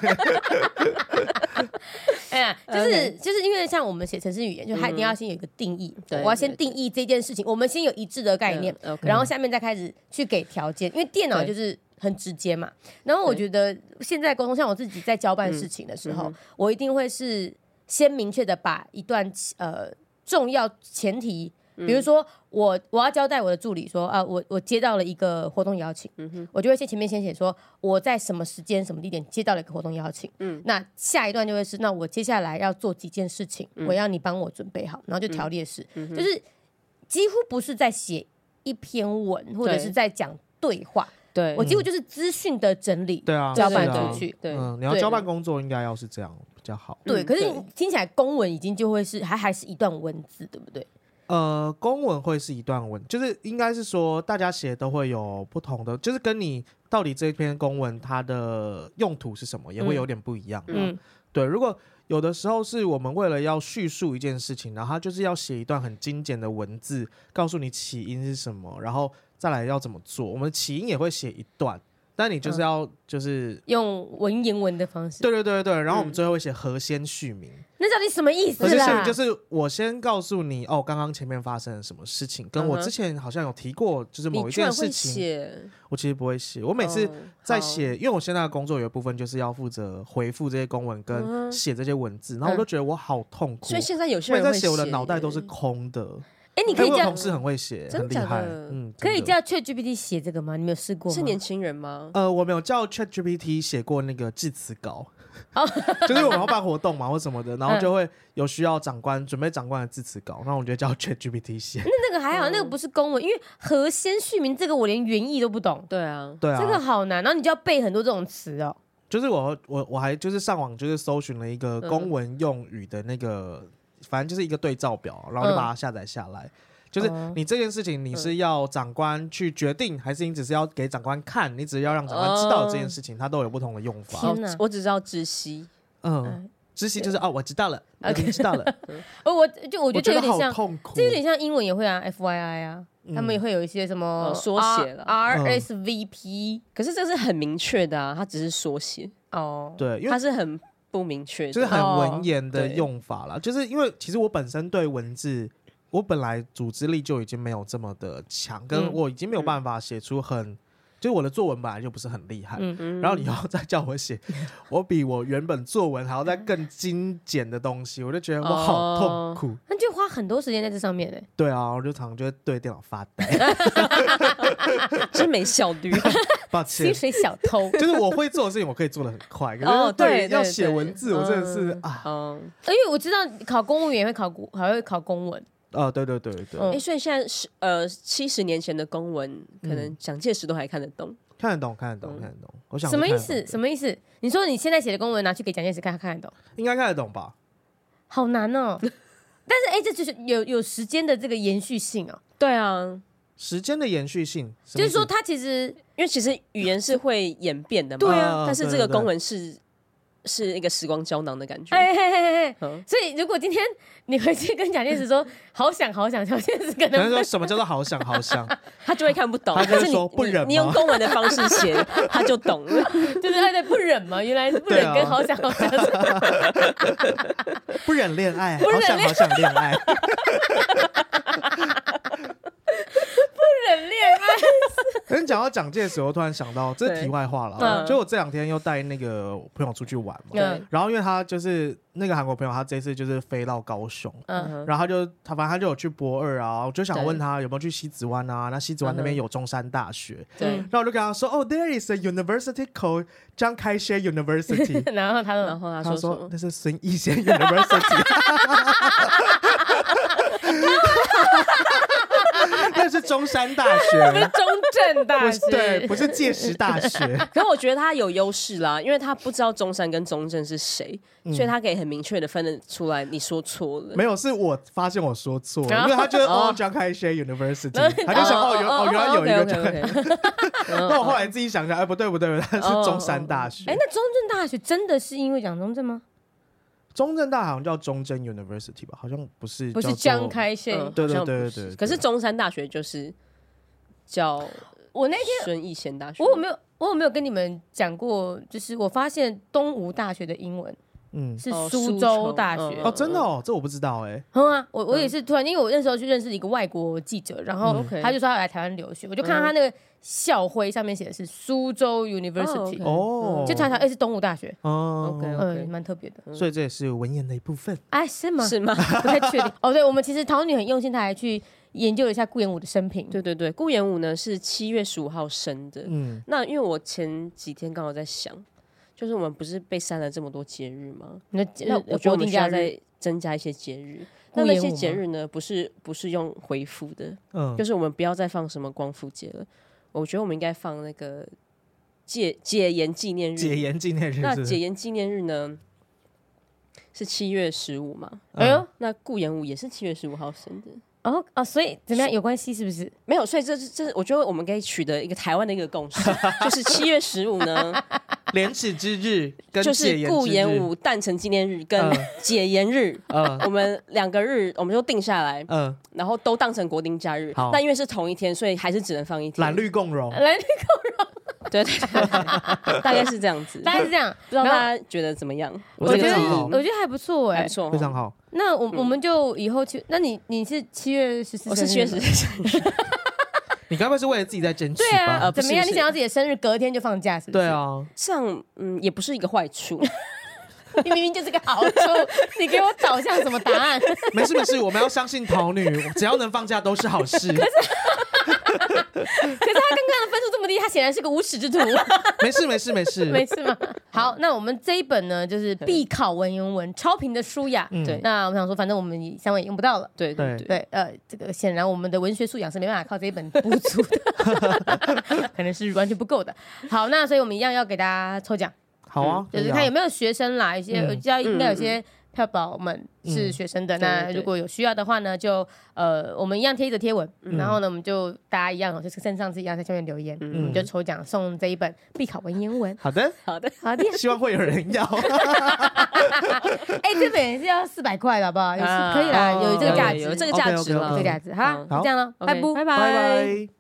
哎呀，就是因为像我们写程式语言，就它一定要先有一个定义，我要先定义这件事情，我们先有一致的概念，然后下面再开始去给条件，因为电脑就是很直接嘛。然后我觉得现在沟通，像我自己在交办事情的时候，我一定会是先明确的把一段重要前提。比如说我要交代我的助理说我接到了一个活动邀请，我就会前面先写说我在什么时间什么地点接到了一个活动邀请，那下一段就会是那我接下来要做几件事情，我要你帮我准备好，然后就条列式，就是几乎不是在写一篇文或者是在讲对话， 对， 我几乎就是资讯的整理， 对啊， 交办出去， 对， 你要交办工作应该要是这样比较好， 对，可是听起来公文已经就会是还是一段文字，对不对？ 公文会是一段文，就是应该是说大家写都会有不同的，就是跟你到底这篇公文它的用途是什么，也会有点不一样。对，如果有的时候是我们为了要叙述一件事情，然后他就是要写一段很精简的文字，告诉你起因是什么，然后再来要怎么做。我们起因也会写一段。但你就是要就是用文言文的方式， 对，然后我们最后会写核先序名。 那到底什么意思啦？ 核先序名就是我先告诉你刚刚前面发生了什么事情，跟我之前好像有提过，就是某一件事情。我其实不会写，我每次在写，因为我现在的工作有一部分就是要负责回复这些公文跟写这些文字，然后我就觉得我好痛苦。 所以现在有些人会在写，我的脑袋都是空的。 你可以叫同事很会写，很厉害。 可以叫 ChatGPT 写这个吗？你没有试过吗？ 是年轻人吗？ 我没有叫 ChatGPT 写过那个致辞稿，就是我们要办活动嘛或什么的，然后就会有需要准备长官的致辞稿，然后我就叫 ChatGPT 写。 那个还好，那个不是公文，因为核先序名这个我连原意都不懂。 对啊， 这个好难，然后你就要背很多这种词哦。 就是我还就是上网就是搜寻了一个公文用语的那个。反正就是一个对照表，然后就把它下载下来。就是你这件事情，你是要长官去决定，还是你只是要给长官看？你只是要让长官知道这件事情，它都有不同的用法。 我只知道知悉， 知悉就是我知道了，我已经知道了。 我觉得有点像， 痛苦， 这有点像英文也会啊 ，FYI 啊，他们也会有一些什么缩写了 RSVP， 可是这是很明确的啊，它只是缩写对，因为它是很。不明确， 就是很文言的用法啦。就是因为其实我本身对文字，我本来组织力就已经没有这么的强，跟我已经没有办法写出就是我的作文本来就不是很厉害，然后你要再叫我写，我比我原本作文还要再更精简的东西，我就觉得我好痛苦。 那就花很多时间在这上面嘞。 对啊，我就常常就会对电脑发呆， 真没效率。 抱歉， 薪水小偷。 就是我会做的事情，我可以做得很快，可是对要写文字，我真的是因为我知道考公务员还会考公文。 对。 所以现在70年前的公文，可能蒋介石都还看得懂。 看得懂。我想什么意思？什么意思？你说你现在写的公文拿去给蒋介石看，他看得懂？ 应该看得懂吧？ 好难哦。但是这就是有时间的这个延续性哦。 对啊。 时间的延续性， 就是说它其实语言是会演变的嘛， 对啊， 但是这个公文是一个时光胶囊的感觉。 所以如果今天你回去跟蒋介石说好想，蒋介石可能说什么叫做好想， 他就会看不懂。 他就说不忍吗？ 你用公文的方式写，他就懂了。 就是他在不忍嘛，原来不忍跟好想， 不忍恋爱，好想恋爱。 不忍恋爱。 可是讲到蒋介石，我突然想到，这是题外话了。就我这2天又带那个朋友出去玩嘛，然后因为他就是那个韩国朋友，他这次就是飞到高雄，然后反正他就有去博二啊，我就想问他有没有去西子湾啊？那西子湾那边有中山大学，然后我就跟他说，there is a university called 张开学 University， 然后他说那是孙逸仙 University。那是中山大学， 不是中正大学， 对，不是介石大学。 可是我觉得他有优势啦，因为他不知道中山跟中正是谁，所以他可以很明确的分得出来你说错了。 没有，是我发现我说错了，因为他觉得张开学 University， 他就想原来有一个。那我后来自己想想，不对，他是中山大学。 那中正大学真的是因为讲中正吗？ 中正大好像叫中正 University 吧，好像不是张开学。 对。 可是中山大学就是叫我那天孙逸仙大学。 我有没有跟你们讲过？就是我发现东吴大学的英文。是苏州大学哦，真的哦，这我不知道哎。 我也是突然，因为我那时候去认识一个外国记者，然后他就说他来台湾留学，我就看到他那个校徽上面写的是苏州 University， 哦，就查查是东吴大学，哦，蛮特别的， 所以这也是文言的一部分。 哎，是吗？ 是吗？ 不太确定。哦，对，我们其实桃女很用心，她还去研究了一下顾炎武的生平。 对对对，顾炎武呢是7月15号生的。那因为我前几天刚好在想。就是我们不是被删了这么多节日吗？那我觉得我们需要再增加一些节日。那些节日呢，不是用回复的，就是我们不要再放什么光复节了。我觉得我们应该放那个解严纪念日。 解严纪念日， 那解严纪念日呢是7月15嘛？哎呦，那顾炎武也是7月15号生的。 所以怎么样有关系是不是？ 没有，所以这是我觉得我们可以取得一个台湾的一个共识，就是7月15呢， 廉耻之日跟就是顾炎武诞辰纪念日跟解严日，我们2个日我们就定下来，然后都当成国定假日。但因为是同一天，所以还是只能放一天。 蓝绿共荣， 蓝绿共荣。 对，大概是这样子， 大概是这样， 不知道大家觉得怎么样？ 我觉得还不错还不错， 非常好。 那我们就以后去，那你是7月14， 我是7月14生日。 你该不会是为了自己在争取吧？ 对啊，怎么样？你想要自己的生日隔天就放假是不是？ 对啊， 这样也不是一个坏处。 你明明就是个好处，你给我导向什么答案？ 没事，我们要相信桃女，只要能放假都是好事。可是他刚刚的分数这么低，他显然是个无耻之徒。 没事吗？好，那我们这一本呢，就是必考文言文超频的舒雅。对，那我想说，反正我们3位也用不到了。 对， 这个显然我们的文学素养是没办法靠这一本补足的，可能是完全不够的。好，那所以我们一样要给大家抽奖。 好啊， 就是看有没有学生啦，一些应该有些票宝们是学生的，那如果有需要的话呢，就我们一样贴一则贴文，然后呢，我们就大家一样，就是跟上次一样在下面留言，我们就抽奖送这一本必考文言文。 好的，希望会有人要。 这本是要400块的，好不好？可以啦，有这个价值， 有这个价值了， 这个价值。好，就这样了，拜拜。